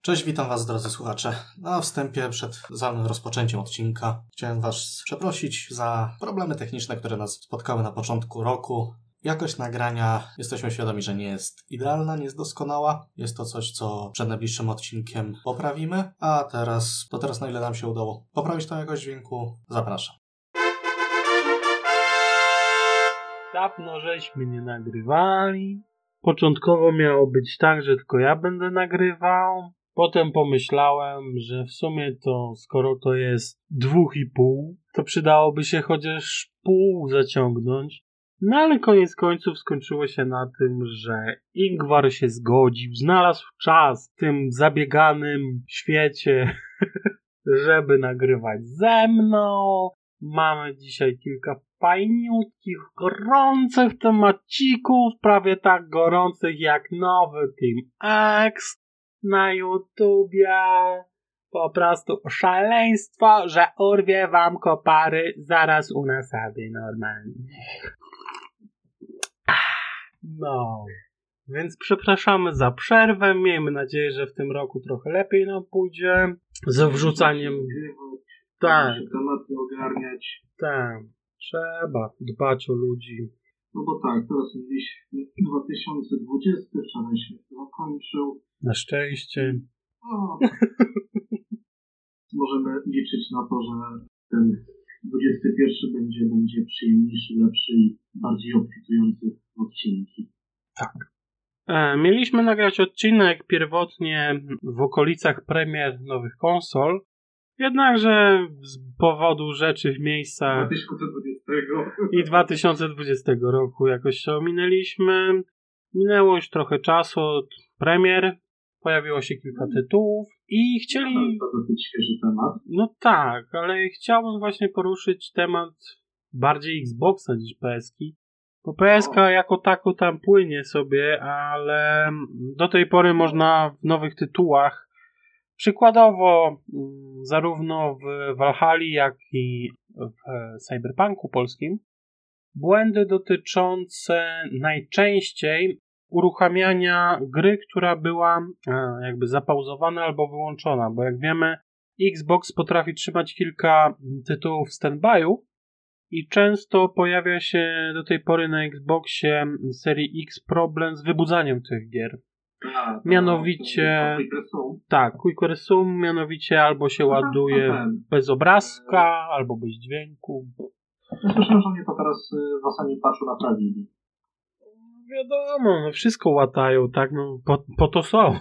Cześć, witam Was, drodzy słuchacze. Na wstępie, przed samym rozpoczęciem odcinka, chciałem Was przeprosić za problemy techniczne, które nas spotkały na początku roku. Jakość nagrania, jesteśmy świadomi, że nie jest idealna, nie jest doskonała. Jest to coś, co przed najbliższym odcinkiem poprawimy, a teraz na ile nam się udało poprawić tą jakość dźwięku, zapraszam. Dawno żeśmy nie nagrywali. Początkowo miało być tak, że tylko ja będę nagrywał. Potem pomyślałem, że w sumie to skoro to jest 2,5, to przydałoby się chociaż pół zaciągnąć. No ale koniec końców skończyło się na tym, że Ingvar się zgodził, znalazł czas w tym zabieganym świecie, żeby nagrywać ze mną. Mamy dzisiaj kilka fajniutkich, gorących temacików, prawie tak gorących jak nowy Team X na YouTubie. Po prostu szaleństwo, że urwie wam kopary zaraz u nasady normalnie. No, więc przepraszamy za przerwę. Miejmy nadzieję, że w tym roku trochę lepiej nam pójdzie. Ze wrzucaniem... Tak. Tematy ogarniać. Tak. Trzeba dbać o ludzi. No bo tak, teraz mieliśmy 2020, wczoraj się zakończył. Na szczęście. No, możemy liczyć na to, że ten 21 będzie przyjemniejszy, lepszy i bardziej obfitujący w odcinki. Tak. Mieliśmy nagrać odcinek pierwotnie w okolicach premier nowych konsol. Jednakże z powodu rzeczy w miejscach 2020 i 2020 roku jakoś się ominęliśmy. Minęło już trochę czasu od premier. Pojawiło się kilka tytułów i chcieli... To dosyć świeży temat. No tak, ale chciałbym właśnie poruszyć temat bardziej Xboxa niż PS-ki. Bo PS-ka jako tako tam płynie sobie, ale do tej pory można w nowych tytułach, przykładowo zarówno w Valhalli, jak i w Cyberpunku polskim, błędy dotyczące najczęściej uruchamiania gry, która była jakby zapauzowana albo wyłączona, bo jak wiemy, Xbox potrafi trzymać kilka tytułów w stand-by'u i często pojawia się do tej pory na Xboxie serii X problem z wybudzaniem tych gier. Mianowicie Quick Resume, mianowicie albo się ładuje bez obrazka, albo bez dźwięku. Ja słyszałem, że oni to teraz w ostatnim patchu naprawili. Wiadomo, no wszystko łatają, tak, no po to są.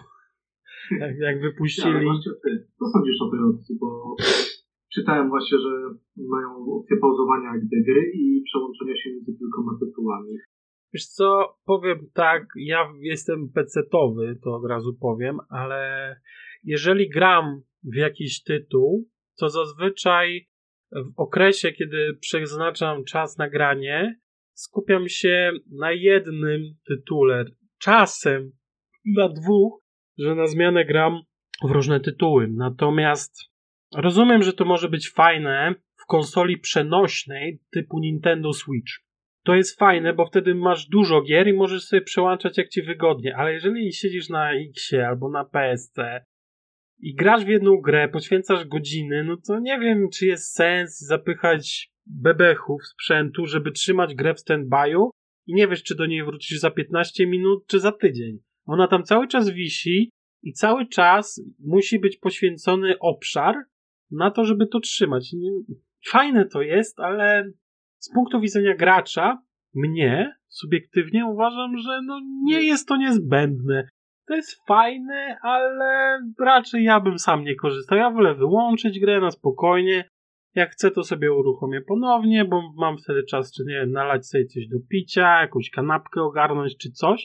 Jak wypuścili. Ja, właśnie ty, co sądzisz o tej opcji, bo czytałem właśnie, że mają opcję pauzowania gry i przełączenia się między kilkoma tytułami. Wiesz co, powiem tak, ja jestem PC-towy, to od razu powiem, ale jeżeli gram w jakiś tytuł, to zazwyczaj w okresie, kiedy przeznaczam czas na granie, skupiam się na jednym tytule, czasem na dwóch, że na zmianę gram w różne tytuły. Natomiast rozumiem, że to może być fajne w konsoli przenośnej typu Nintendo Switch. To jest fajne, bo wtedy masz dużo gier i możesz sobie przełączać jak ci wygodnie, ale jeżeli siedzisz na Xie albo na PSC i grasz w jedną grę, poświęcasz godziny, no to nie wiem, czy jest sens zapychać bebechów sprzętu, żeby trzymać grę w stand-by'u i nie wiesz, czy do niej wrócisz za 15 minut, czy za tydzień. Ona tam cały czas wisi i cały czas musi być poświęcony obszar na to, żeby to trzymać. Fajne to jest, ale z punktu widzenia gracza, mnie subiektywnie uważam, że no nie jest to niezbędne. To jest fajne, ale raczej ja bym sam nie korzystał. Ja wolę wyłączyć grę na spokojnie. Jak chcę, to sobie uruchomię ponownie, bo mam wtedy czas, czy nie wiem, nalać sobie coś do picia, jakąś kanapkę ogarnąć, czy coś.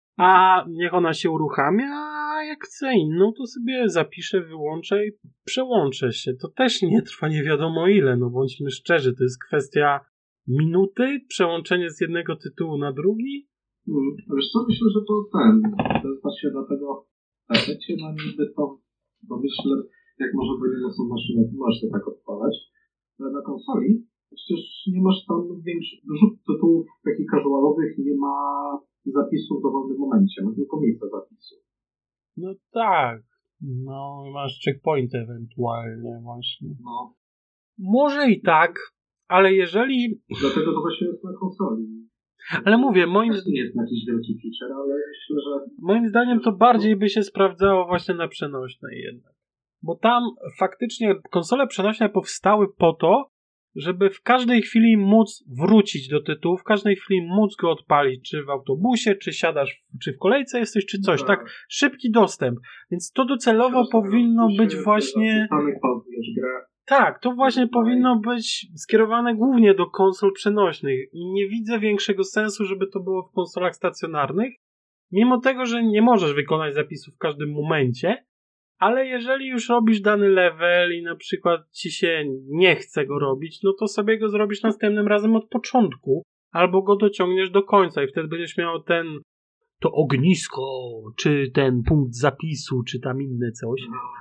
A niech ona się uruchamia, a jak chcę inną, to sobie zapiszę, wyłączę i przełączę się. To też nie trwa nie wiadomo ile, no bądźmy szczerzy, to jest kwestia minuty, przełączenie z jednego tytułu na drugi. Wiesz co, myślę, że to jest właśnie dlatego efekcie na niby to, bo myślę, jak może powiedzieć, są maszyny, możesz się tak odpalać, ale na konsoli przecież nie masz tam dużo tytułów takich casualowych, nie ma zapisów w dowolnym momencie, ma tylko miejsce zapisu. No tak, No, masz checkpoint ewentualnie właśnie. No, Może i tak, ale jeżeli... dlatego to właśnie jest na konsoli. Ale mówię, To nie jest jakiś wielki feature, ale myślę, że... moim zdaniem to bardziej by się sprawdzało właśnie na przenośnej jednak. Bo tam faktycznie konsole przenośne powstały po to, żeby w każdej chwili móc wrócić do tytułu, w każdej chwili móc go odpalić, czy w autobusie, czy siadasz, czy w kolejce jesteś, czy coś, tak? Szybki dostęp. Więc to docelowo powinno być właśnie... pauzujesz grę. Tak, to właśnie powinno być skierowane głównie do konsol przenośnych i nie widzę większego sensu, żeby to było w konsolach stacjonarnych, mimo tego, że nie możesz wykonać zapisu w każdym momencie, ale jeżeli już robisz dany level i na przykład ci się nie chce go robić, no to sobie go zrobisz następnym razem od początku, albo go dociągniesz do końca i wtedy będziesz miał to ognisko, czy ten punkt zapisu, czy tam inne coś.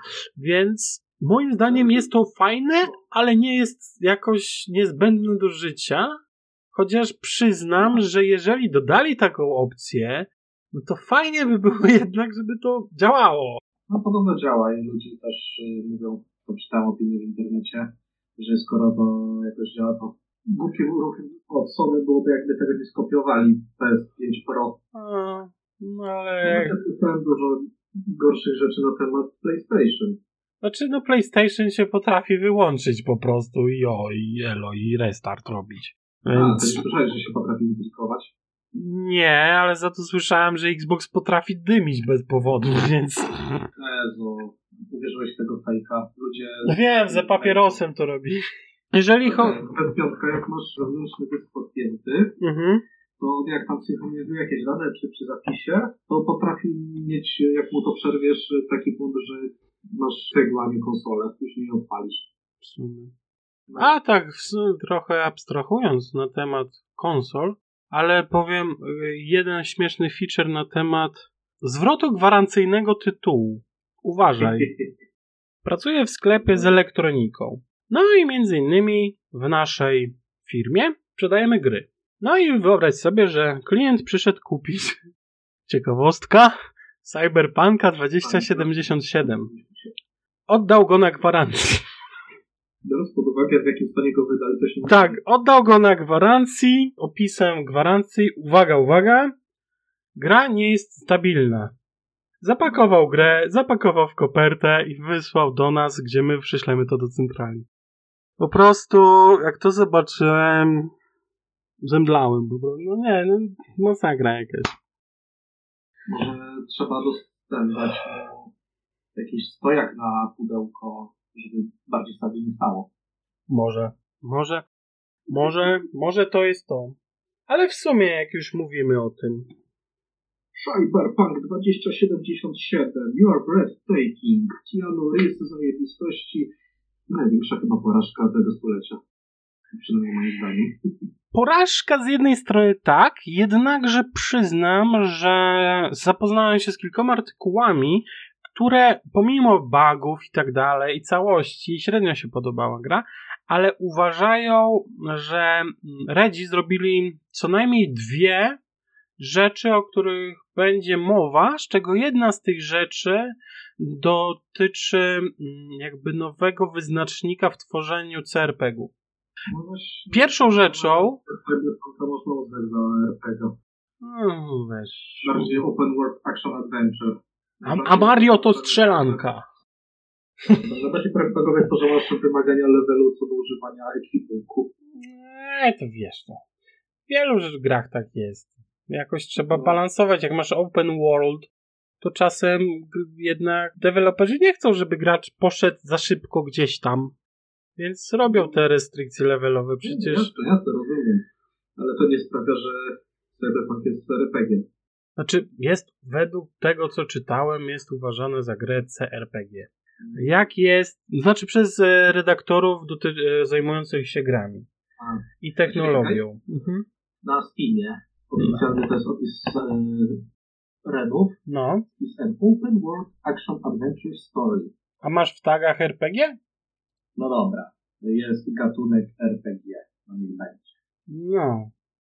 Więc moim zdaniem jest to fajne, ale nie jest jakoś niezbędne do życia, chociaż przyznam, że jeżeli dodali taką opcję, no to fajnie by było jednak, żeby to działało. No podobno działa i ludzie też mówią, to czytałem opinię w internecie, że skoro to jakoś działa, to głupi ruch od Sony byłoby, jakby tego nie skopiowali PS5 Pro. No ale... Ja słyszałem dużo gorszych rzeczy na temat PlayStation. Znaczy, no PlayStation się potrafi wyłączyć po prostu i elo, i restart robić. Więc... A, to nie słyszałeś, że się potrafi zblikować? Nie, ale za to słyszałem, że Xbox potrafi dymić bez powodu, więc... Jezu, uwierzyłeś w tego fejka. Ludzie... Wiem, za papierosem to robi. Jeżeli PS5, jak masz wewnętrzny dysk podpięty, to jak tam synchronizuje jakieś dane przy zapisie, to potrafi mieć, jak mu to przerwiesz, taki punkt, że masz cegła, a nie konsolę, już nie odpalisz. W sumie. A tak, trochę abstrahując na temat konsol, ale powiem jeden śmieszny feature na temat zwrotu gwarancyjnego tytułu. Uważaj. Pracuję w sklepie z elektroniką. No i między innymi w naszej firmie sprzedajemy gry. No i wyobraź sobie, że klient przyszedł kupić, ciekawostka, Cyberpunka 2077. Oddał go na gwarancję. Biorąc pod uwagę, w jakim stanie go wydali, to się nie... Tak, oddał go na gwarancji, opisem gwarancji, uwaga, gra nie jest stabilna. Zapakował grę, zapakował w kopertę i wysłał do nas, gdzie my przyślemy to do centrali. Po prostu, jak to zobaczyłem, zemdlałem. No nie, mocna gra jakaś. Może trzeba dać jakiś stojak na pudełko, żeby bardziej stabilnie stało. Może to jest to. Ale w sumie, jak już mówimy o tym. Cyberpunk 2077, you are breathtaking. Keanu Reeves zajebistości. Największa chyba porażka tego stulecia. Przynajmniej moim zdaniem. Porażka z jednej strony tak, jednakże przyznam, że zapoznałem się z kilkoma artykułami, które pomimo bugów i tak dalej i całości średnio się podobała gra, ale uważają, że Redzi zrobili co najmniej dwie rzeczy, o których będzie mowa, z czego jedna z tych rzeczy dotyczy jakby nowego wyznacznika w tworzeniu CRPG-u. No właśnie, pierwszą rzeczą... To można uznać za RPG. Weź. Bardziej open world action adventure. A Mario to strzelanka. Najbardziej RPGowe jest to, że masz wymagania levelu co do używania ekwipunku. To wiesz to. W wielu grach tak jest. Jakoś trzeba balansować. Jak masz open world, to czasem jednak deweloperzy nie chcą, żeby gracz poszedł za szybko gdzieś tam. Więc robią te restrykcje levelowe przecież. Jasne, rozumiem. Ale to nie sprawia, że Cyberpunk jest RPG. Znaczy, jest według tego, co czytałem, jest uważane za grę CRPG. Jak jest, znaczy przez redaktorów zajmujących się grami i technologią. Na Steamie oficjalny to jest opis Redów. No. Jest an open world action adventure story. A masz w tagach RPG? No dobra. Jest gatunek RPG. No niech będzie. No.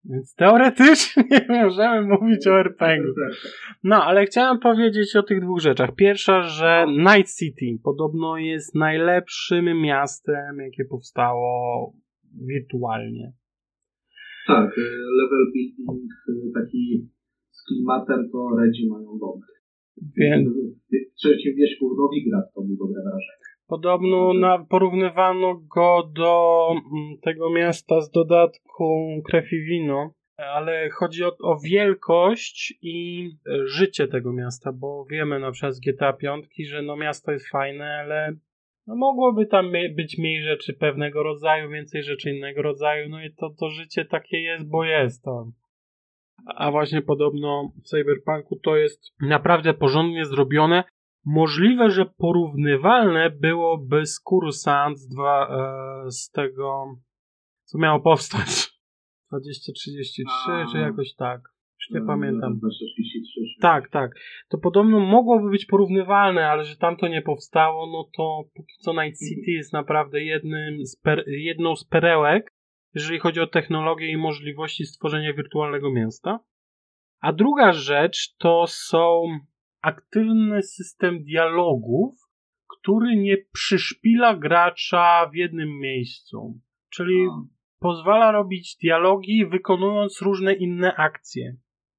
Więc teoretycznie możemy mówić o RPG-u. No, ale chciałem powiedzieć o tych dwóch rzeczach. Pierwsza, że Night City podobno jest najlepszym miastem, jakie powstało wirtualnie. Tak, level building taki z klimatem to Redzi mają dobry. Więc W trzecim wierzchu Nowigrad to był dobre wrażenie. podobno porównywano go do tego miasta z dodatku Krew i Wino, ale chodzi o wielkość i życie tego miasta, bo wiemy na przykład z GTA 5, że no miasto jest fajne, ale no mogłoby tam być mniej rzeczy pewnego rodzaju, więcej rzeczy innego rodzaju, no i to życie takie jest, bo jest tam. A właśnie podobno w Cyberpunku to jest naprawdę porządnie zrobione. Możliwe, że porównywalne byłoby z Coruscant z tego, co miało powstać. 2033 czy jakoś tak. Już nie pamiętam. 2033. Tak. To podobno mogłoby być porównywalne, ale że tamto nie powstało, no to póki co Night City jest naprawdę jedną z perełek, jeżeli chodzi o technologię i możliwości stworzenia wirtualnego miasta. A druga rzecz to są aktywny system dialogów, który nie przyszpila gracza w jednym miejscu. Czyli pozwala robić dialogi, wykonując różne inne akcje.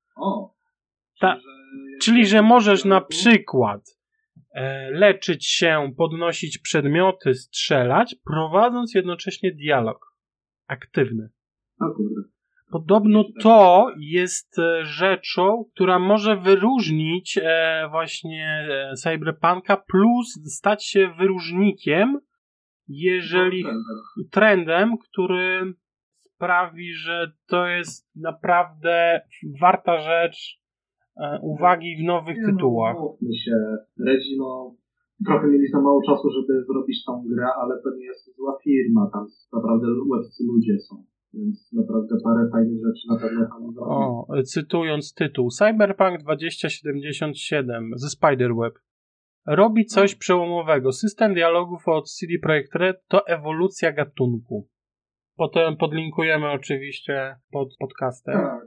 Czyli, że możesz na przykład leczyć się, podnosić przedmioty, strzelać, prowadząc jednocześnie dialog aktywny. Podobno to jest rzeczą, która może wyróżnić właśnie Cyberpunka, plus stać się wyróżnikiem, jeżeli trendem, który sprawi, że to jest naprawdę warta rzecz uwagi w nowych tytułach. Mówmy się, Redzi, trochę mieli za mało czasu, żeby zrobić tą grę, ale to nie jest zła firma, tam naprawdę łebscy ludzie są. Więc naprawdę parę fajnych rzeczy na pewno tam zrobić. Cytując tytuł, Cyberpunk 2077 ze Spiderweb robi coś przełomowego. System dialogów od CD Projekt Red to ewolucja gatunku. Potem podlinkujemy oczywiście pod podcastem. Tak.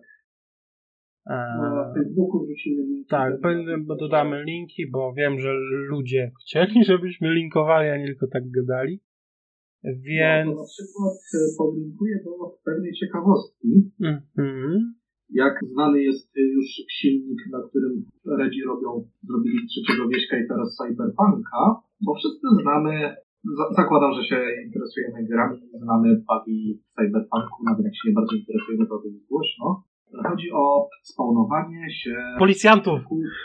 Na Facebooku wrzucimy linki. Tak, dodamy linki, bo wiem, że ludzie chcieli, żebyśmy linkowali, a nie tylko tak gadali. Więc... na przykład podlinkuję do pewnej ciekawostki. Jak znany jest już silnik, na którym Redzi zrobili trzeciego wieśka i teraz Cyberpunka, bo wszyscy znamy, zakładam, że się interesujemy grami, znamy bugi Cyberpunku, nawet jak się nie bardzo interesujemy, to jest głośno. Chodzi o spawnowanie się policjantów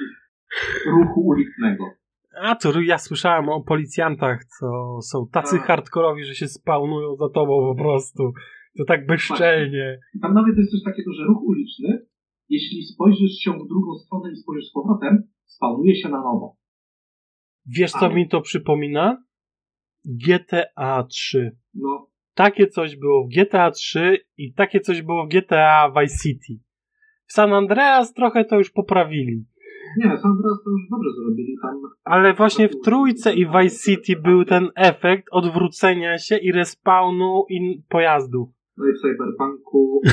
ruchu ulicznego. A to ja słyszałem o policjantach, co są tacy hardkorowi, że się spawnują za tobą po prostu. To tak bezczelnie. Tam nawet jest coś takiego, że ruch uliczny, jeśli spojrzysz się w drugą stronę i spojrzysz z powrotem, spawnuje się na nowo. Wiesz, co mi to przypomina? GTA 3. Takie coś było w GTA 3 i takie coś było w GTA Vice City. W San Andreas trochę to już poprawili. Nie, San Andreas to już dobrze zrobili tam. Ale właśnie w Trójce i Vice City był ten efekt odwrócenia się i respawnu pojazdów. No i w Cyberpunku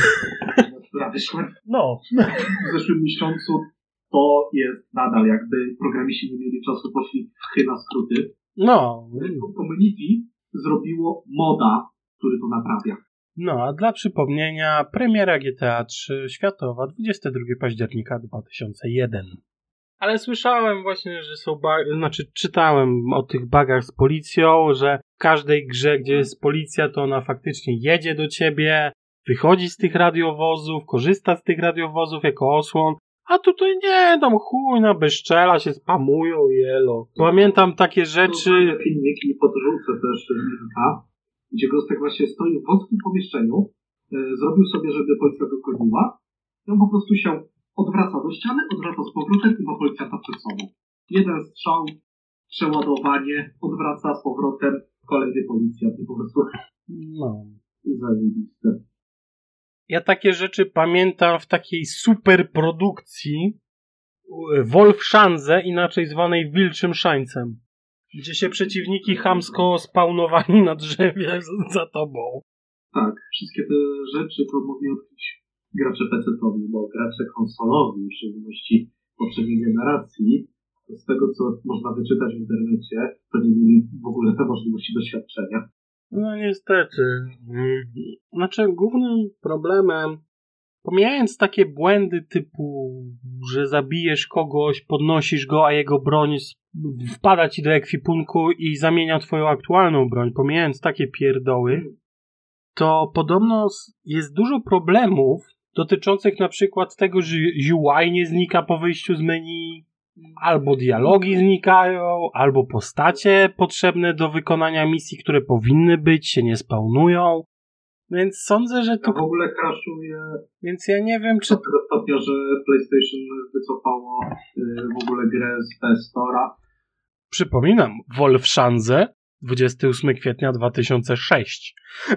w zeszłym miesiącu to jest nadal, jakby programiści nie mieli czasu, poszli w chy na skróty. Community zrobiło moda, który to naprawia. A dla przypomnienia, premiera GTA 3 światowa 22 października 2001. Ale słyszałem właśnie, że są czytałem o tych bugach z policją, że w każdej grze, gdzie jest policja, to ona faktycznie jedzie do ciebie, wychodzi z tych radiowozów, korzysta z tych radiowozów jako osłon, a tutaj nie, tam bezczela się spamują, jelo. Pamiętam takie rzeczy... Filmiki podrzucę też linka, gdzie Gostek właśnie stoi w wąskim pomieszczeniu, zrobił sobie, żeby policja go goniła, i on po prostu się odwraca do ściany, odwraca z powrotem i ma policjanta przed sobą. Jeden strzał, przeładowanie, odwraca z powrotem, kolejny policjant i po prostu zajebiste. Ja takie rzeczy pamiętam w takiej super produkcji Wolfschanze, inaczej zwanej Wilczym Szańcem, gdzie się przeciwniki chamsko spawnowali na drzewie za tobą. Tak, wszystkie te rzeczy to mogli odkryć gracze PC-towi, bo gracze konsolowi, w szczególności poprzedniej generacji, z tego co można wyczytać w internecie, to nie mieli w ogóle te możliwości doświadczenia. No niestety. Znaczy głównym problemem, pomijając takie błędy typu, że zabijesz kogoś, podnosisz go, a jego broń wpada ci do ekwipunku i zamienia twoją aktualną broń, pomijając takie pierdoły, to podobno jest dużo problemów dotyczących na przykład tego, że UI nie znika po wyjściu z menu, albo dialogi znikają, albo postacie potrzebne do wykonania misji, które powinny być, się nie spawnują. Więc sądzę, że to... Ja w ogóle crashuje... Więc ja nie wiem, czy... Do tego stopnia, że PlayStation wycofało w ogóle grę z PS Store'a. Przypominam, Wolfschanze, 28 kwietnia 2006.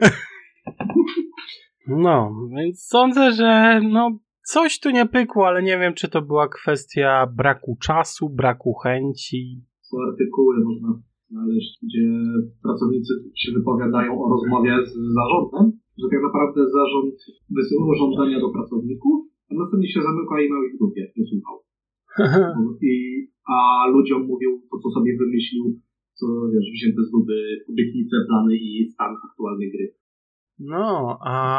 No, więc sądzę, że coś tu nie pykło, ale nie wiem, czy to była kwestia braku czasu, braku chęci. Są artykuły, można znaleźć, gdzie pracownicy się wypowiadają o rozmowie z zarządem, że tak naprawdę zarząd wysyłał żądania do pracowników, a następnie się zamykał i miał ich w dupie, nie słuchał. A ludziom mówił to, co sobie wymyślił, co wzięte z dupy obietnice, plany i stan aktualnej gry. No,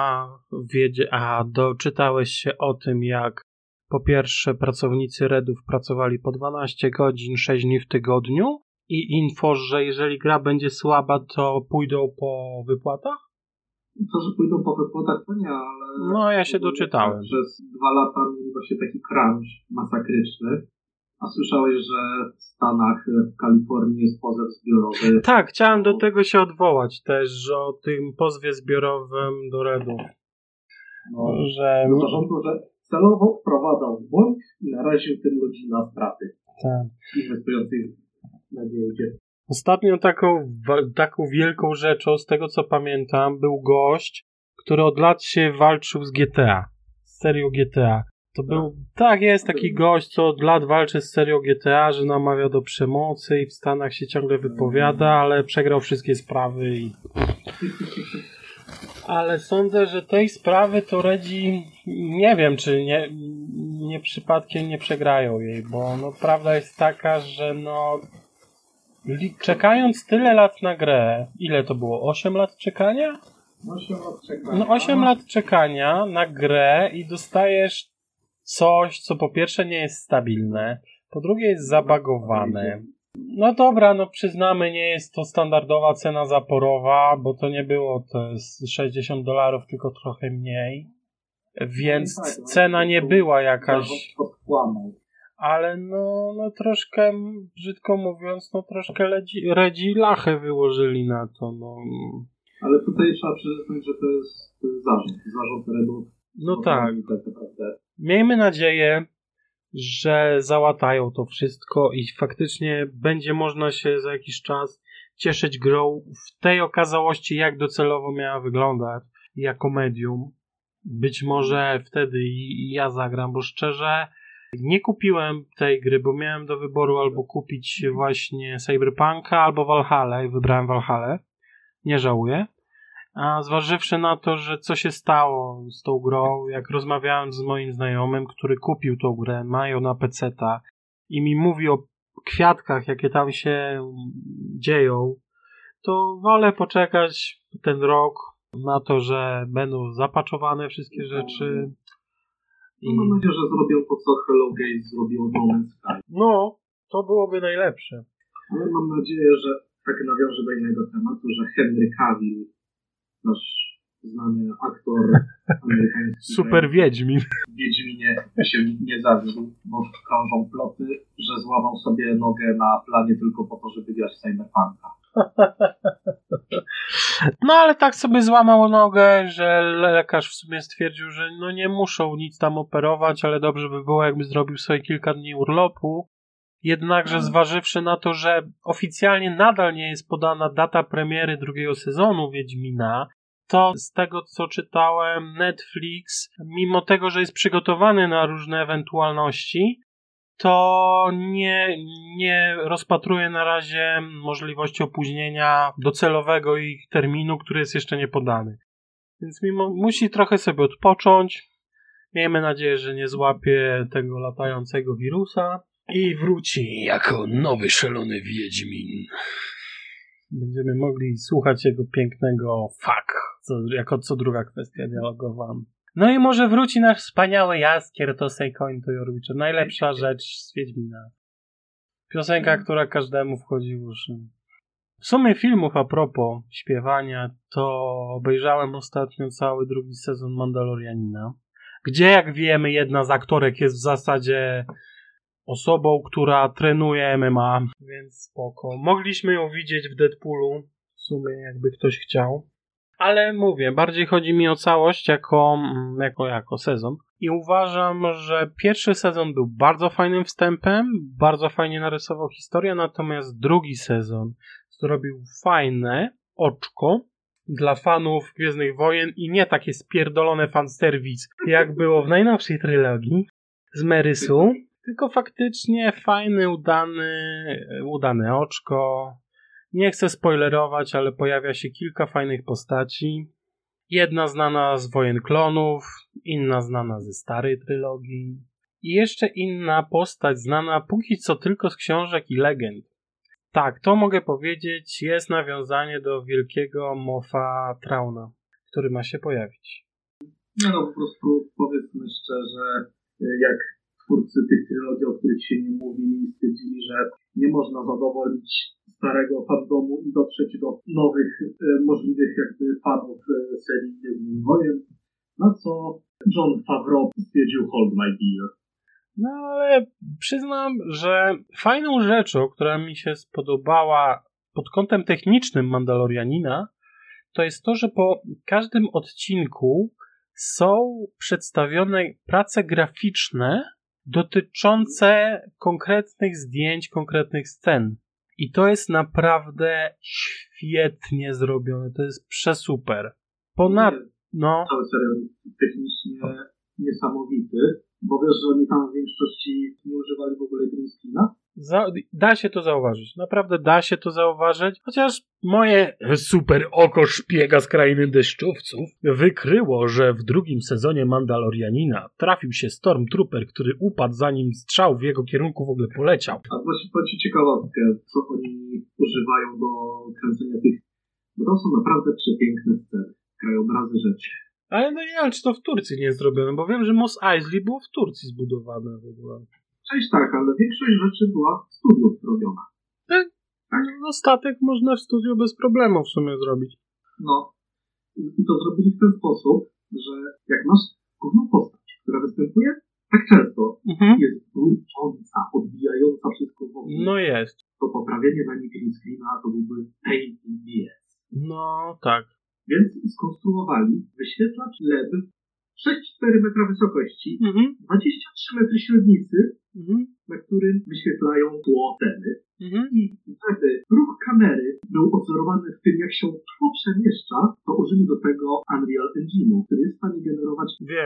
a doczytałeś się o tym, jak po pierwsze pracownicy Redów pracowali po 12 godzin, 6 dni w tygodniu i info, że jeżeli gra będzie słaba, to pójdą po wypłatach? To, że pójdą po wypłatach, to nie, ale... No, ja się doczytałem. Przez 2 lata mieli właśnie taki crunch masakryczny. A słyszałeś, że w Stanach, w Kalifornii jest pozew zbiorowy? Tak, chciałem do tego się odwołać też, że o tym pozwie zbiorowym do Redów. Że... Do zarządu, że celowo wprowadzał błąd i naraził tym ludzi na straty. Tak. Inwestujących na giełdzie. Ostatnio taką wielką rzeczą, z tego co pamiętam, był gość, który od lat się walczył z GTA. Z serią GTA. To był, jest taki gość, co od lat walczy z serią GTA, że namawia do przemocy i w Stanach się ciągle wypowiada, ale przegrał wszystkie sprawy i... Ale sądzę, że tej sprawy to Redzi, nie wiem, czy nie przypadkiem nie przegrają jej, bo prawda jest taka, że czekając tyle lat na grę, ile to było? 8 lat czekania? 8 lat czekania. 8 lat czekania na grę i dostajesz coś, co po pierwsze nie jest stabilne, po drugie jest zabagowane. No dobra, przyznamy, nie jest to standardowa cena zaporowa, bo to nie było to jest $60, tylko trochę mniej. Więc cena nie była jakaś... Ale troszkę, brzydko mówiąc, troszkę redzi lachę wyłożyli na to, Ale tutaj trzeba przyznać, że to jest zarząd Redów. No tak. Miejmy nadzieję, że załatają to wszystko i faktycznie będzie można się za jakiś czas cieszyć grą w tej okazałości, jak docelowo miała wyglądać jako medium. Być może wtedy i ja zagram, bo szczerze nie kupiłem tej gry, bo miałem do wyboru albo kupić właśnie Cyberpunka, albo Valhalla i wybrałem Valhalla. Nie żałuję. A zważywszy na to, że co się stało z tą grą, jak rozmawiałem z moim znajomym, który kupił tą grę, ma ją na PC-ta i mi mówi o kwiatkach, jakie tam się dzieją, to wolę poczekać ten rok na to, że będą zapatchowane wszystkie rzeczy. Mam nadzieję, że zrobią to, co Hello Games zrobiło No Man's Sky. No, to byłoby najlepsze. Ale mam nadzieję, że tak nawiążę do innego tematu, że Henry Cavill, nasz znany aktor amerykański, Super Wiedźmin. W Wiedźminie się nie zawiódł, bo krążą ploty, że złamał sobie nogę na planie tylko po to, żeby grać Cyberpunka. No ale tak sobie złamał nogę, że lekarz w sumie stwierdził, że nie muszą nic tam operować, ale dobrze by było, jakby zrobił sobie kilka dni urlopu. Jednakże zważywszy na to, że oficjalnie nadal nie jest podana data premiery drugiego sezonu Wiedźmina, to z tego co czytałem, Netflix, mimo tego, że jest przygotowany na różne ewentualności, to nie rozpatruje na razie możliwości opóźnienia docelowego ich terminu, który jest jeszcze nie podany. Więc musi trochę sobie odpocząć, Miejmy nadzieję, że nie złapie tego latającego wirusa i wróci jako nowy szalony wiedźmin. Będziemy mogli słuchać jego pięknego fuck, jako co druga kwestia dialogowa. No i może wróci nasz wspaniały Jaskier, to say coin to your witcher. Najlepsza rzecz z Wiedźmina. Piosenka, która każdemu wchodzi w uszy. W sumie filmów a propos śpiewania, to obejrzałem ostatnio cały drugi sezon Mandalorianina, gdzie jak wiemy jedna z aktorek jest w zasadzie osobą, która trenuje MMA, więc spoko. Mogliśmy ją widzieć w Deadpoolu, w sumie jakby ktoś chciał. Ale mówię, bardziej chodzi mi o całość jako sezon. I uważam, że pierwszy sezon był bardzo fajnym wstępem, bardzo fajnie narysował historię, natomiast drugi sezon zrobił fajne oczko dla fanów Gwiezdnych Wojen i nie takie spierdolone fanserwis, jak było w najnowszej trylogii z Merysu, tylko faktycznie fajny, udane oczko. Nie chcę spoilerować, ale pojawia się kilka fajnych postaci. Jedna znana z Wojen Klonów, inna znana ze starej trylogii i jeszcze inna postać znana póki co tylko z książek i legend. Tak, to mogę powiedzieć, jest nawiązanie do wielkiego Moffa Trauna, który ma się pojawić. No po prostu powiedzmy szczerze, jak twórcy tych trylogii, o których się nie mówi, stwierdzili, że nie można zadowolić starego fandomu i dotrzeć do nowych, możliwych jakby fanów serii Gwiezdnych Wojen, na co Jon Favreau stwierdził hold my beer. No ale przyznam, że fajną rzeczą, która mi się spodobała pod kątem technicznym Mandalorianina, to jest to, że po każdym odcinku są przedstawione prace graficzne dotyczące konkretnych zdjęć, konkretnych scen. I to jest naprawdę świetnie zrobione. To jest przesuper. Cały serial technicznie niesamowity, bo wiesz, że oni tam w większości nie używali w ogóle green screena? Da się to zauważyć. Naprawdę da się to zauważyć. Chociaż moje super oko szpiega z krainy deszczowców wykryło, że w drugim sezonie Mandalorianina trafił się Stormtrooper, który upadł zanim strzał w jego kierunku w ogóle poleciał. A właśnie to ci ciekawostkę, co oni używają do kręcenia tych, bo to są naprawdę przepiękne sceny, krajobrazy rzeczy. Ale no nie wiem, czy to w Turcji nie jest zrobione, bo wiem, że Mos Eisley było w Turcji zbudowane w ogóle. Cześć, tak, ale większość rzeczy była w studiu zrobiona. Tak? No statek można w studiu bez problemu w sumie zrobić. No. I to zrobili w ten sposób, że jak masz główną postać, która występuje tak często, jest błyszcząca, odbijająca wszystko wokół. No jest. To poprawienie na niej green screena to byłby pain in the ass. No tak. Więc skonstruowali wyświetlacz LED 6-4 metra wysokości, 23 metry średnicy, na którym wyświetlają tło sceny. I wtedy ruch kamery był odzorowany w tym, jak się tło przemieszcza, to użyli do tego Unreal Engine'u, który jest w stanie generować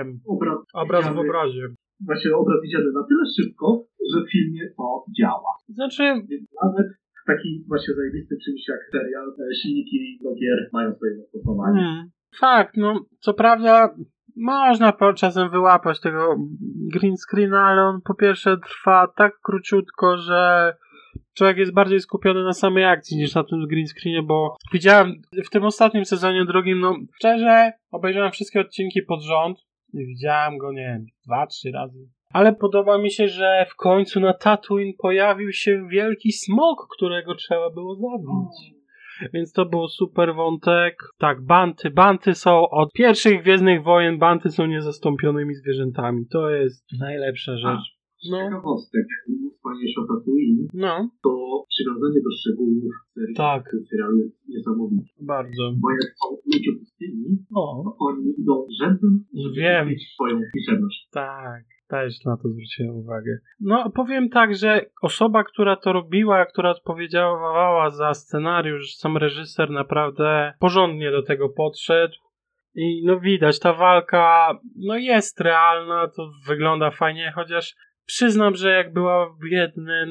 obraz w obrazie. Właśnie obraz widziany na tyle szybko, że w filmie to działa. Znaczy... Więc nawet taki właśnie zajebisty czymś jak serial, silniki do gier mają swoje zastosowanie. Fakt, no co prawda można czasem wyłapać tego green screena, ale on po pierwsze trwa tak króciutko, że człowiek jest bardziej skupiony na samej akcji niż na tym green screenie, bo widziałem w tym ostatnim sezonie drugim, no szczerze, obejrzałem wszystkie odcinki pod rząd i widziałem go, nie wiem, 2-3 razy. Ale podoba mi się, że w końcu na Tatooine pojawił się wielki smok, którego trzeba było zabić. Więc to był super wątek. Tak, banty są od pierwszych Gwiezdnych Wojen, banty są niezastąpionymi zwierzętami. To jest najlepsza rzecz. Ciekawostek, jak wspomniałeś o Tatooine, to przywiązanie do szczegółów serialu jest niesamowite. Bardzo. Bo jak są ludzie pustyni, to oni idą rzędem, żeby mieć swoją pisemność. Tak. Też na to zwróciłem uwagę. No, powiem tak, że osoba, która to robiła, która odpowiedzialowała za scenariusz, sam reżyser naprawdę porządnie do tego podszedł. I no widać, ta walka no jest realna, to wygląda fajnie, chociaż przyznam, że jak była w jednym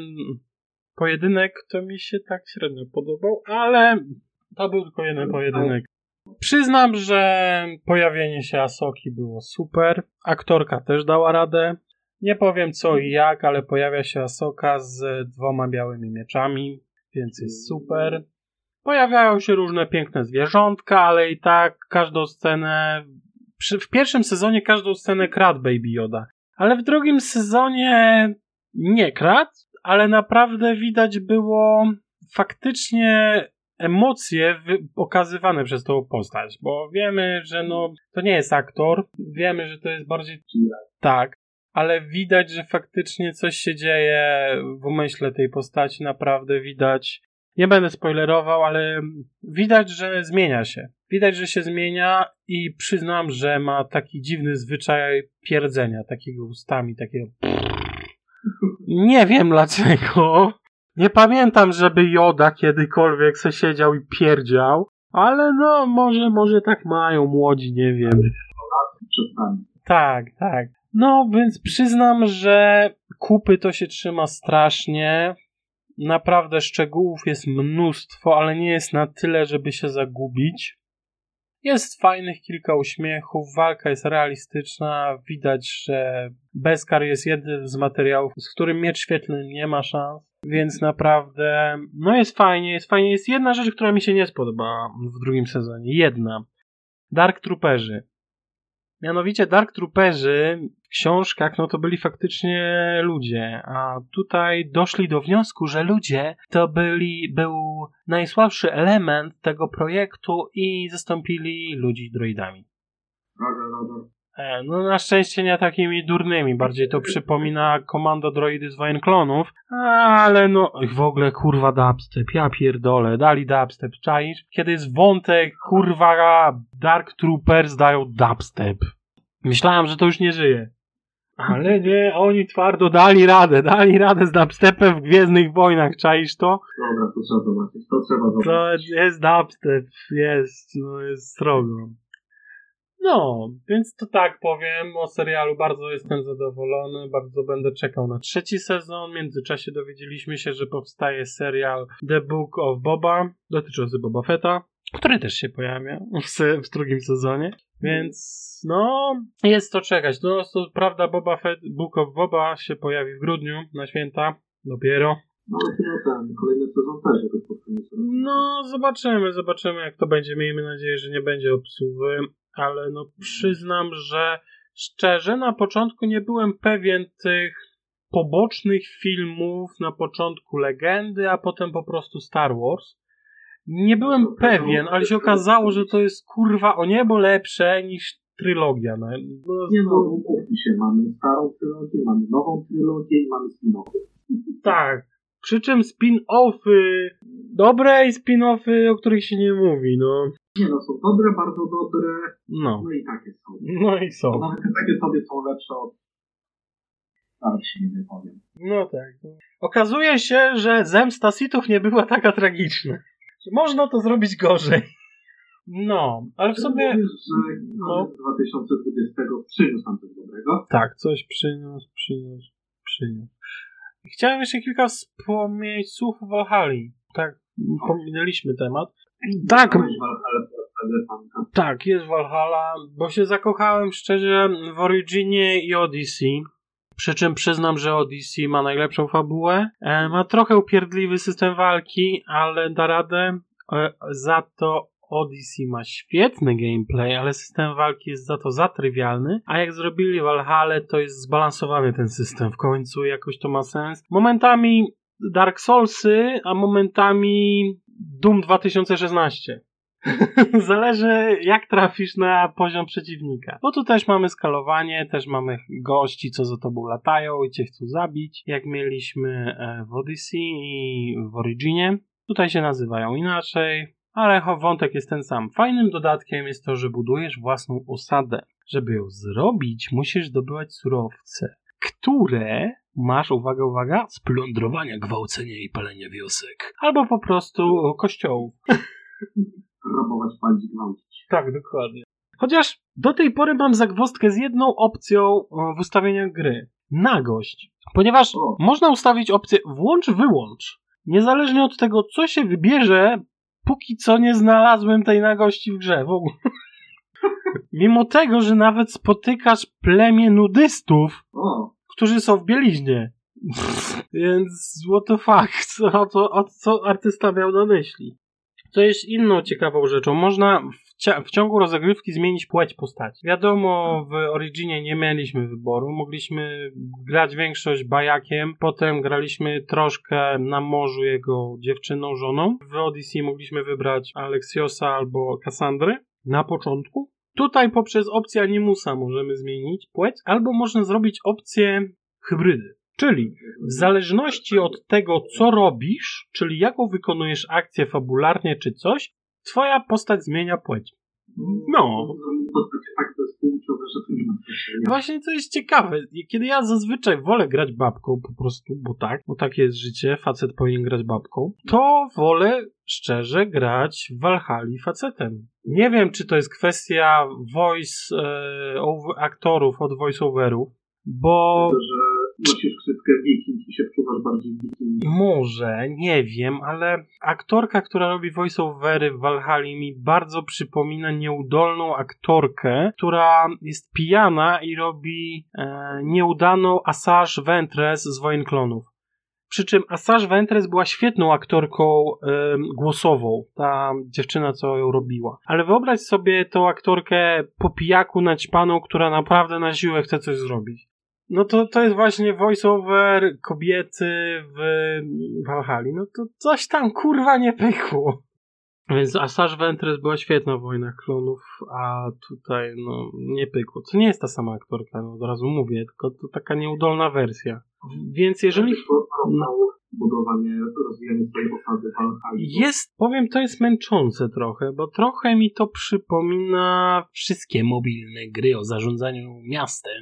pojedynek, to mi się tak średnio podobał, ale to był tylko jeden pojedynek. Przyznam, że pojawienie się Asoki było super. Aktorka też dała radę. Nie powiem co i jak, ale pojawia się Asoka z 2 białymi mieczami, więc jest super. Pojawiają się różne piękne zwierzątka, ale i tak każdą scenę... W pierwszym sezonie każdą scenę kradł Baby Yoda. Ale w drugim sezonie nie kradł, ale naprawdę widać było faktycznie emocje pokazywane przez tą postać, bo wiemy, że to nie jest aktor, wiemy, że to jest bardziej tak, ale widać, że faktycznie coś się dzieje w umyśle tej postaci, naprawdę widać, nie będę spoilerował, ale widać, że zmienia się. Widać, że się zmienia i przyznam, że ma taki dziwny zwyczaj pierdzenia, takiego ustami, takiego... Nie wiem dlaczego. Nie pamiętam, żeby Yoda kiedykolwiek se siedział i pierdział, ale może tak mają młodzi, nie wiem. Tak. No, więc przyznam, że kupy to się trzyma strasznie. Naprawdę szczegółów jest mnóstwo, ale nie jest na tyle, żeby się zagubić. Jest fajnych kilka uśmiechów, walka jest realistyczna, widać, że Beskar jest jednym z materiałów, z którym Miecz Świetlny nie ma szans, więc naprawdę, jest fajnie. Jest jedna rzecz, która mi się nie spodoba w drugim sezonie. Jedna. Dark Trooperzy. Mianowicie Dark Trooperzy w książkach, to byli faktycznie ludzie, a tutaj doszli do wniosku, że ludzie to był najsłabszy element tego projektu i zastąpili ludzi droidami. Na szczęście nie takimi durnymi, bardziej to przypomina komando droidy z Wojen Klonów, ale w ogóle kurwa dubstep, ja pierdolę, dali dubstep, czaisz? Kiedy jest wątek, kurwa Dark Troopers dają dubstep. Myślałem, że to już nie żyje. Ale nie, oni twardo dali radę z dubstepem w Gwiezdnych Wojnach, czaisz to? Dobra, to trzeba zobaczyć, To jest dubstep, jest srogo. Więc to tak powiem o serialu, bardzo jestem zadowolony, bardzo będę czekał na 3. sezon. W międzyczasie dowiedzieliśmy się, że powstaje serial The Book of Boba, dotyczący Boba Fetta, który też się pojawia w 2. sezonie, więc jest to czekać. To prawda, Boba Fett, Book of Boba się pojawi w grudniu na święta, dopiero. Ale chyba kolejny sezon też jakoś pod koniec. Zobaczymy jak to będzie. Miejmy nadzieję, że nie będzie obsuwy, ale przyznam, że szczerze na początku nie byłem pewien tych pobocznych filmów, na początku Legendy, a potem po prostu Star Wars. Nie byłem pewien, ale się okazało, że to jest kurwa o niebo lepsze niż trylogia. Umówmy się, mamy starą trylogię, mamy nową trylogię i mamy spin-offy. Tak. Przy czym spin-offy dobre i spin-offy, o których się nie mówi, są dobre, bardzo dobre. I takie są. I są. Nawet te takie sobie są lepsze od... Nawet się nie wypowiem. Tak. Okazuje się, że zemsta Sithów nie była taka tragiczna. Że można to zrobić gorzej. Ale w sobie... Mówisz, że 2020 przyniósł nam coś dobrego. Tak, coś przyniósł. Chciałem jeszcze kilka wspomnieć słów o Valhalli. Tak, pominęliśmy temat. Tak, jest Valhalla, bo się zakochałem szczerze w Originie i Odyssey. Przy czym przyznam, że Odyssey ma najlepszą fabułę. Ma trochę upierdliwy system walki, ale da radę. Za to Odyssey ma świetny gameplay, ale system walki jest za to za trywialny. A jak zrobili Valhalla, to jest zbalansowany ten system. W końcu jakoś to ma sens. Momentami Dark Soulsy, a momentami Doom 2016. Zależy jak trafisz na poziom przeciwnika. Bo tu też mamy skalowanie, też mamy gości, co za tobą latają i cię chcą zabić. Jak mieliśmy w Odyssey i w Originie. Tutaj się nazywają inaczej, ale wątek jest ten sam. Fajnym dodatkiem jest to, że budujesz własną osadę. Żeby ją zrobić, musisz zdobywać surowce, które masz, uwaga, z plądrowania, gwałcenia i palenia wiosek. Albo po prostu kościołów. Rabować, palić, gwałcić. Tak, dokładnie. Chociaż do tej pory mam zagwozdkę z jedną opcją w ustawieniach gry. Nagość. Ponieważ można ustawić opcję włącz-wyłącz. Niezależnie od tego, co się wybierze póki co nie znalazłem tej nagości w grze w ogóle. Mimo tego, że nawet spotykasz plemię nudystów, którzy są w bieliźnie. Więc what the fuck, co artysta miał na myśli? Co jest inną ciekawą rzeczą, można w ciągu rozgrywki zmienić płeć postaci. Wiadomo, w Originie nie mieliśmy wyboru, mogliśmy grać większość bajakiem, potem graliśmy troszkę na morzu jego dziewczyną, żoną. W Odyssey mogliśmy wybrać Aleksiosa albo Kassandry na początku. Tutaj poprzez opcję Animusa możemy zmienić płeć, albo można zrobić opcję hybrydy. Czyli w zależności od tego, co robisz, czyli jaką wykonujesz akcję fabularnie czy coś, twoja postać zmienia płeć. No. Właśnie to jest ciekawe. Kiedy ja zazwyczaj wolę grać babką po prostu, bo tak jest życie, facet powinien grać babką, to wolę szczerze grać w Valhalli facetem. Nie wiem, czy to jest kwestia aktorów od voice-overów, bo... Nosisz krzywkę wiking i się wczuwasz bardziej w wiking. Może, nie wiem, ale aktorka, która robi voice-overy w Valhalli mi bardzo przypomina nieudolną aktorkę, która jest pijana i robi nieudaną Asajj Ventress z Wojen Klonów. Przy czym Asajj Ventress była świetną aktorką głosową, ta dziewczyna, co ją robiła. Ale wyobraź sobie tą aktorkę po pijaku naćpaną, która naprawdę na siłę chce coś zrobić. No to jest właśnie voice-over kobiety w Valhalli. No to coś tam kurwa nie pykło. Więc Asajj Ventress była świetna w Wojnach Klonów, a tutaj no nie pykło. To nie jest ta sama aktorka, no od razu mówię, tylko to taka nieudolna wersja. Więc jeżeli... budowanie, rozwijanie swojej posady w Valhalli. Powiem, to jest męczące trochę, bo trochę mi to przypomina wszystkie mobilne gry o zarządzaniu miastem.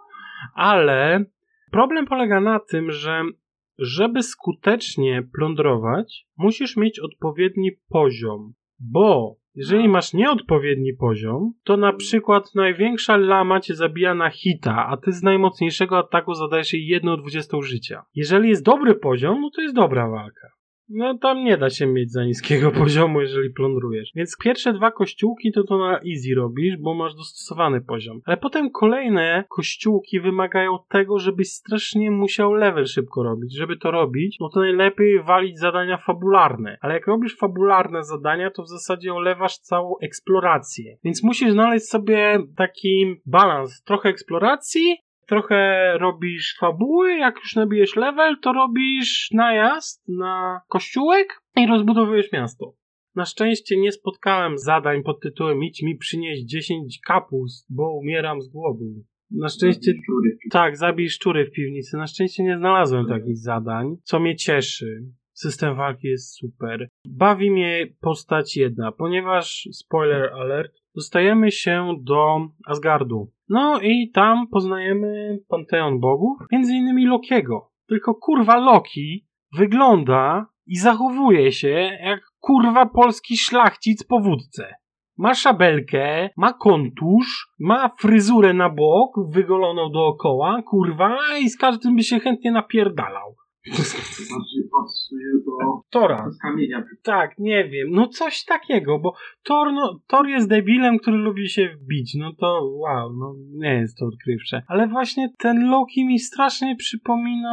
Ale problem polega na tym, że żeby skutecznie plądrować, musisz mieć odpowiedni poziom, bo jeżeli masz nieodpowiedni poziom, to na przykład największa lama cię zabija na hita, a ty z najmocniejszego ataku zadajesz jej 1/20 życia. Jeżeli jest dobry poziom, no to jest dobra walka. No tam nie da się mieć za niskiego poziomu, jeżeli plądrujesz. Więc pierwsze 2 kościółki to na easy robisz, bo masz dostosowany poziom. Ale potem kolejne kościółki wymagają tego, żebyś strasznie musiał level szybko robić. Żeby to robić, no to najlepiej walić zadania fabularne. Ale jak robisz fabularne zadania, to w zasadzie olewasz całą eksplorację. Więc musisz znaleźć sobie taki balans. Trochę eksploracji, trochę robisz fabuły, jak już nabijesz level, to robisz najazd na kościółek i rozbudowujesz miasto. Na szczęście nie spotkałem zadań pod tytułem idź mi przynieść 10 kapust, bo umieram z głodu. Na szczęście... Tak, zabij szczury w piwnicy. Na szczęście nie znalazłem takich zadań, co mnie cieszy. System walki jest super. Bawi mnie postać jedna, ponieważ, spoiler alert, dostajemy się do Asgardu. No i tam poznajemy panteon bogów, między innymi Lokiego. Tylko kurwa Loki wygląda i zachowuje się jak kurwa polski szlachcic po wódce. Ma szabelkę, ma kontusz, ma fryzurę na bok, wygoloną dookoła, kurwa, i z każdym by się chętnie napierdalał. Bardziej pasuje do Tora. z kamienia. Tak, nie wiem. No coś takiego, bo Thor jest debilem, który lubi się wbić. No to wow, no nie jest to odkrywcze. Ale właśnie ten Loki mi strasznie przypomina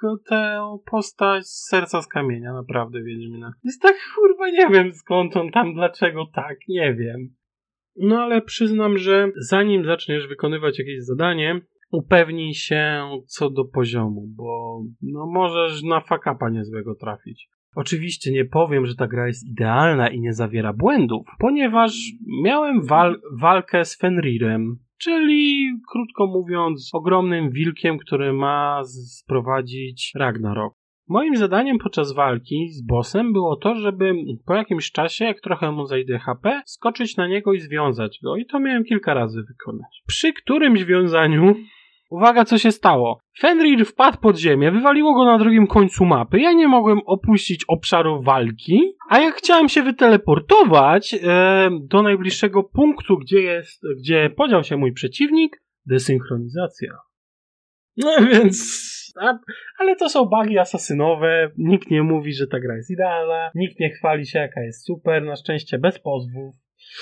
tę postać z Serca z Kamienia, naprawdę Wiedźmina. Jest tak kurwa, nie wiem skąd on tam, dlaczego tak, nie wiem. No ale przyznam, że zanim zaczniesz wykonywać jakieś zadanie, upewnij się co do poziomu, bo no możesz na fuck-upa niezłego trafić. Oczywiście nie powiem, że ta gra jest idealna i nie zawiera błędów, ponieważ miałem walkę z Fenrirem, czyli, krótko mówiąc, ogromnym wilkiem, który ma sprowadzić Ragnarok. Moim zadaniem podczas walki z bossem było to, żeby po jakimś czasie, jak trochę mu zajdzie HP, skoczyć na niego i związać go. I to miałem kilka razy wykonać. Przy którymś wiązaniu, uwaga co się stało. Fenrir wpadł pod ziemię, wywaliło go na drugim końcu mapy. Ja nie mogłem opuścić obszaru walki, a jak chciałem się wyteleportować do najbliższego punktu, gdzie podział się mój przeciwnik, desynchronizacja. No więc Ale to są bugi asasynowe, nikt nie mówi, że ta gra jest idealna, nikt nie chwali się, jaka jest super, na szczęście bez pozwów.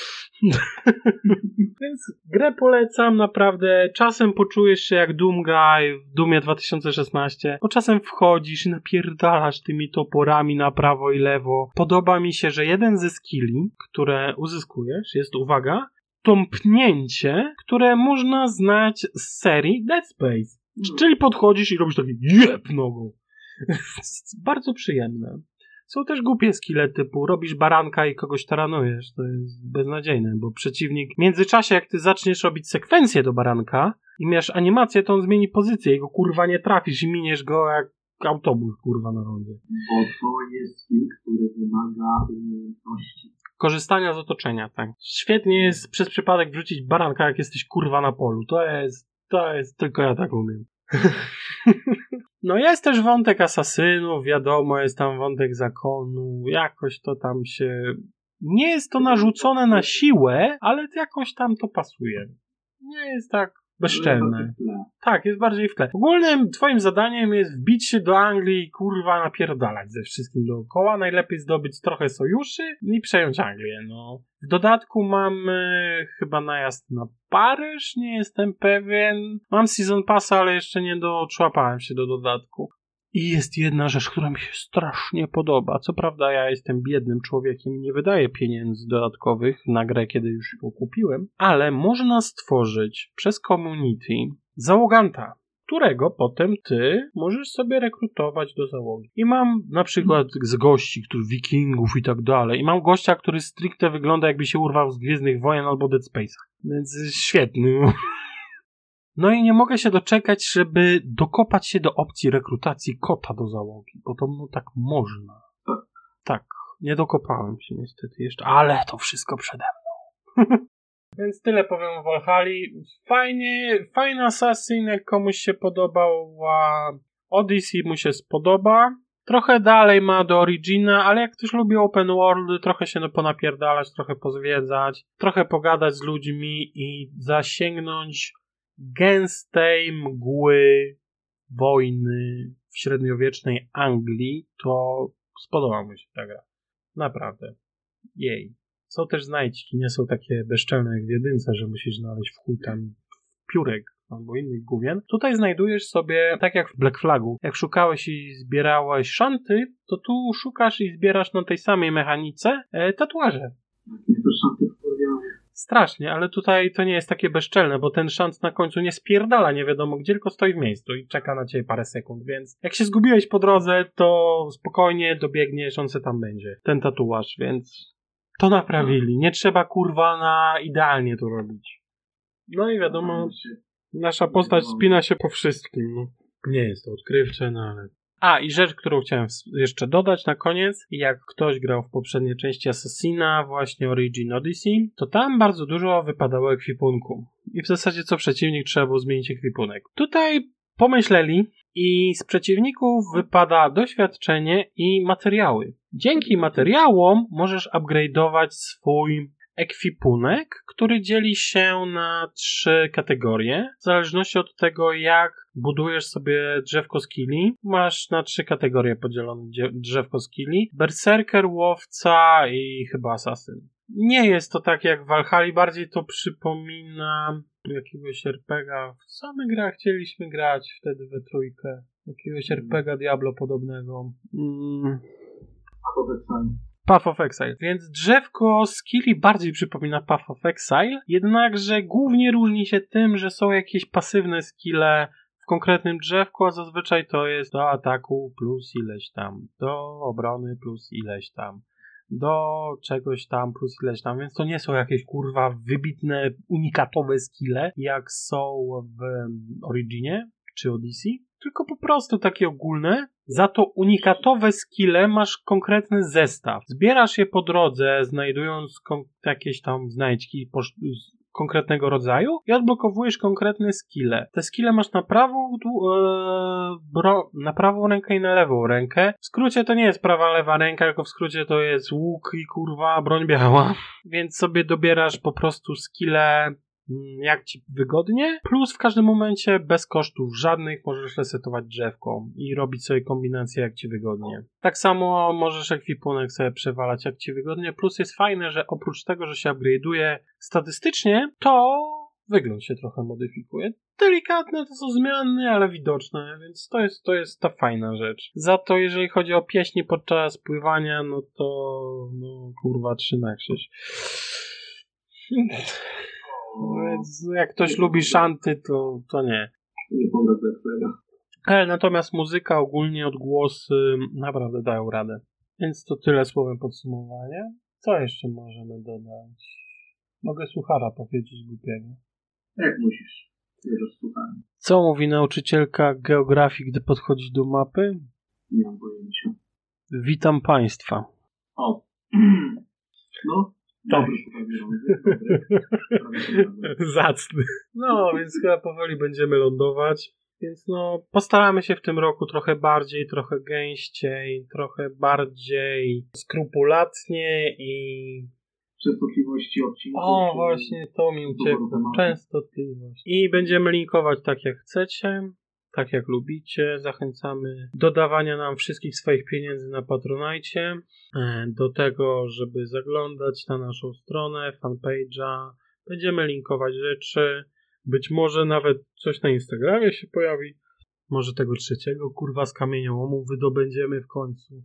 Więc grę polecam naprawdę. Czasem poczujesz się jak Doom Guy w Doomie 2016, bo czasem wchodzisz i napierdalasz tymi toporami na prawo i lewo. Podoba mi się, że jeden ze skilli, które uzyskujesz, jest, uwaga, tąpnięcie, które można znać z serii Dead Space. Czyli podchodzisz i robisz taki jeb nogą. Bardzo przyjemne. Są też głupie skille typu robisz baranka i kogoś taranujesz. To jest beznadziejne, bo przeciwnik w międzyczasie jak ty zaczniesz robić sekwencję do baranka i masz animację, to on zmieni pozycję i go kurwa nie trafisz i miniesz go jak autobus kurwa na rondzie. Bo to jest skill, który wymaga umiejętności. Korzystania z otoczenia, tak. Świetnie jest przez przypadek wrzucić baranka jak jesteś kurwa na polu. To jest tylko ja tak umiem. No jest też wątek asasynów, wiadomo, jest tam wątek zakonu, jakoś to tam się... Nie jest to narzucone na siłę, ale jakoś tam to pasuje. Nie jest tak bezczelne. Tak, jest bardziej w tle. Ogólnym twoim zadaniem jest wbić się do Anglii i kurwa napierdalać ze wszystkim dookoła. Najlepiej zdobyć trochę sojuszy i przejąć Anglię, no. W dodatku mamy chyba najazd na Paryż, nie jestem pewien. Mam Season Passa, ale jeszcze nie doczłapałem się do dodatku. I jest jedna rzecz, która mi się strasznie podoba. Co prawda ja jestem biednym człowiekiem i nie wydaję pieniędzy dodatkowych na grę, kiedy już ją kupiłem, ale można stworzyć przez community załoganta, którego potem ty możesz sobie rekrutować do załogi. I mam na przykład z gości, których wikingów i tak dalej. I mam gościa, który stricte wygląda jakby się urwał z Gwiezdnych Wojen albo Dead Space'a. Więc jest świetny. No i nie mogę się doczekać, żeby dokopać się do opcji rekrutacji kota do załogi, bo to no tak można. Tak, nie dokopałem się niestety jeszcze, ale to wszystko przede mną. Więc tyle powiem o Valhalli. Fajny Assassin, jak komuś się podobał, a Odyssey mu się spodoba. Trochę dalej ma do Origina, ale jak ktoś lubi open world, trochę się ponapierdalać, trochę pozwiedzać, trochę pogadać z ludźmi i zasięgnąć gęstej mgły wojny w średniowiecznej Anglii, to spodoba mi się ta gra. Naprawdę. Jej. Są też znajdźki, nie są takie bezczelne jak w jedynce, że musisz znaleźć w chuj tam piórek albo innych gówien. Tutaj znajdujesz sobie, tak jak w Black Flagu, jak szukałeś i zbierałeś szanty, to tu szukasz i zbierasz na tej samej mechanice tatuaże. Mnie to szanty wkurwiały. Strasznie, ale tutaj to nie jest takie bezczelne, bo ten szans na końcu nie spierdala nie wiadomo gdzie, tylko stoi w miejscu i czeka na ciebie parę sekund, więc jak się zgubiłeś po drodze, to spokojnie dobiegniesz, on se tam będzie. Ten tatuaż, więc to naprawili. Nie trzeba kurwa na idealnie to robić. No i wiadomo, nasza postać spina się po wszystkim. No. Nie jest to odkrywcze, no ale... A, i rzecz, którą chciałem jeszcze dodać na koniec, jak ktoś grał w poprzedniej części Assassina, właśnie Origin Odyssey, to tam bardzo dużo wypadało ekwipunku. I w zasadzie co przeciwnik trzeba było zmienić ekwipunek. Tutaj pomyśleli i z przeciwników wypada doświadczenie i materiały. Dzięki materiałom możesz upgrade'ować swój ekwipunek, który dzieli się na 3 kategorie. W zależności od tego, jak budujesz sobie drzewko skilli, masz na 3 kategorie podzielone drzewko skilli. Berserker, łowca i chyba asasyn. Nie jest to tak jak w Valhalli, bardziej to przypomina jakiegoś RPGa. W samych grach chcieliśmy grać wtedy we trójkę. Jakiegoś RPGa Diablo podobnego. Path of Exile. Więc drzewko skilli bardziej przypomina Path of Exile, jednakże głównie różni się tym, że są jakieś pasywne skille w konkretnym drzewku, a zazwyczaj to jest do ataku plus ileś tam, do obrony plus ileś tam, do czegoś tam plus ileś tam, więc to nie są jakieś kurwa wybitne, unikatowe skille, jak są w Originie czy Odyssey, tylko po prostu takie ogólne. Za to unikatowe skille masz konkretny zestaw. Zbierasz je po drodze, znajdując jakieś tam znajdźki konkretnego rodzaju i odblokowujesz konkretne skille. Te skille masz na prawą rękę i na lewą rękę. W skrócie to nie jest prawa, lewa ręka, tylko w skrócie to jest łuk i kurwa broń biała. Więc sobie dobierasz po prostu skille jak ci wygodnie, plus w każdym momencie bez kosztów żadnych możesz resetować drzewko i robić sobie kombinacje jak ci wygodnie. Tak samo możesz ekwipunek sobie przewalać jak ci wygodnie, plus jest fajne, że oprócz tego, że się upgrade'uje statystycznie, to wygląd się trochę modyfikuje. Delikatne to są zmiany, ale widoczne, więc to jest ta fajna rzecz. Za to jeżeli chodzi o pieśni podczas pływania, no to kurwa 3 na krzyż. Więc jak ktoś lubi szanty, to nie. Nie powiem jak tego. Ale natomiast muzyka, ogólnie odgłosy naprawdę dają radę. Więc to tyle słowem podsumowania. Co jeszcze możemy dodać? Mogę suchara powiedzieć głupiego. Jak musisz. Bierzesz słuchanie. Co mówi nauczycielka geografii, gdy podchodzi do mapy? Nie mam pojęcia. Witam Państwa. O. No. Dobry Zacny. No, więc chyba powoli będziemy lądować. Więc postaramy się w tym roku trochę bardziej, trochę gęściej, trochę bardziej skrupulatnie i... Częstotliwości odcinków. O, właśnie, to mi uciekło. Częstotliwość. I będziemy linkować tak jak chcecie, tak jak lubicie. Zachęcamy do dawania nam wszystkich swoich pieniędzy na Patronite, do tego, żeby zaglądać na naszą stronę, fanpage'a. Będziemy linkować rzeczy. Być może nawet coś na Instagramie się pojawi. Może tego 3, kurwa, z kamieniołomu wydobędziemy w końcu.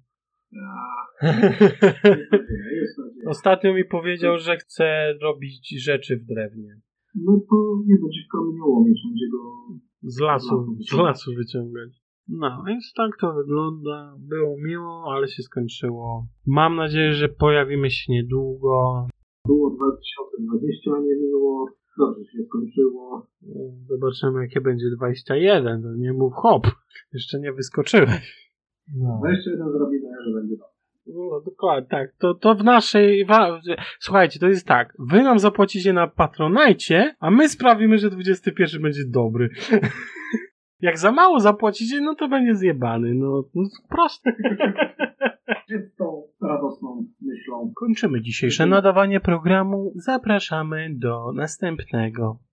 Ostatnio mi powiedział, że chce robić rzeczy w drewnie. No to nie będzie w kamieniołomie, będzie go z lasu wyciągać. No, więc tak to wygląda. Było miło, ale się skończyło. Mam nadzieję, że pojawimy się niedługo. Było 2020, a nie miło. Dobrze się skończyło. Zobaczymy, jakie będzie 21. To nie mów hop. Jeszcze nie wyskoczyłeś. No. 21 zrobimy, że będzie dobrze. No, dokładnie, tak. To w naszej... Słuchajcie, to jest tak. Wy nam zapłacicie na Patronite, a my sprawimy, że 21 będzie dobry. Jak za mało zapłacicie, no to będzie zjebany. No proste. Z tą radosną myślą Kończymy dzisiejsze nadawanie programu. Zapraszamy do następnego.